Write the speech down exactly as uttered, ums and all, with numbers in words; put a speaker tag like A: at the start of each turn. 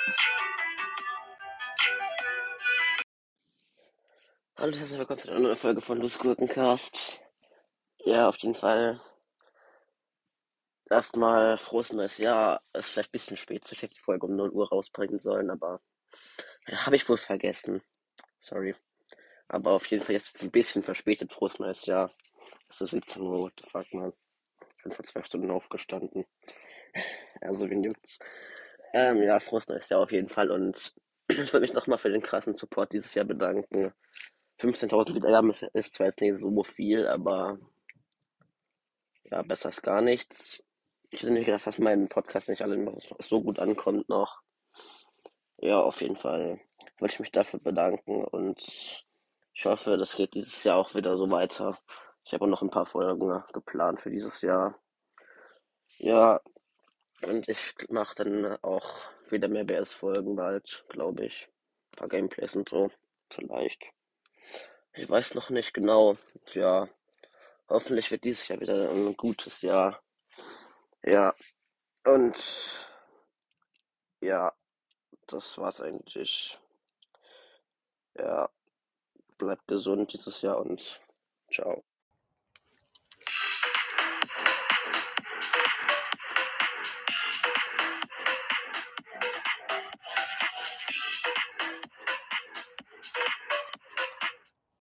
A: Hallo, herzlich willkommen zu einer neuen Folge von Losgurkencast. Ja, auf jeden Fall erstmal frohes neues Jahr. Ist vielleicht ein bisschen spät, so ich hätte die Folge um null Uhr rausbringen sollen, aber ja, habe ich wohl vergessen. Sorry. Aber auf jeden Fall jetzt ein bisschen verspätet, frohes neues Jahr. Es ist siebzehn Uhr, what the fuck, man. Ich bin vor zwei Stunden aufgestanden. Also, wen juckt's? Ähm, ja, frohes neues Jahr auf jeden Fall und ich würde mich nochmal für den krassen Support dieses Jahr bedanken. fünfzehntausend Wiedergaben ist, ist zwar jetzt nicht so viel, aber ja, besser als gar nichts. Ich hätte nicht gedacht, dass mein Podcast nicht alle noch so gut ankommt noch. Ja, auf jeden Fall wollte ich mich dafür bedanken und ich hoffe, das geht dieses Jahr auch wieder so weiter. Ich habe auch noch ein paar Folgen geplant für dieses Jahr. Ja, und ich mache dann auch wieder mehr B S-Folgen bald, glaube ich. Ein paar Gameplays und so. Vielleicht. Ich weiß noch nicht genau. Ja, hoffentlich wird dieses Jahr wieder ein gutes Jahr. Ja, und ja, das war's eigentlich. Ja, bleibt gesund dieses Jahr und ciao.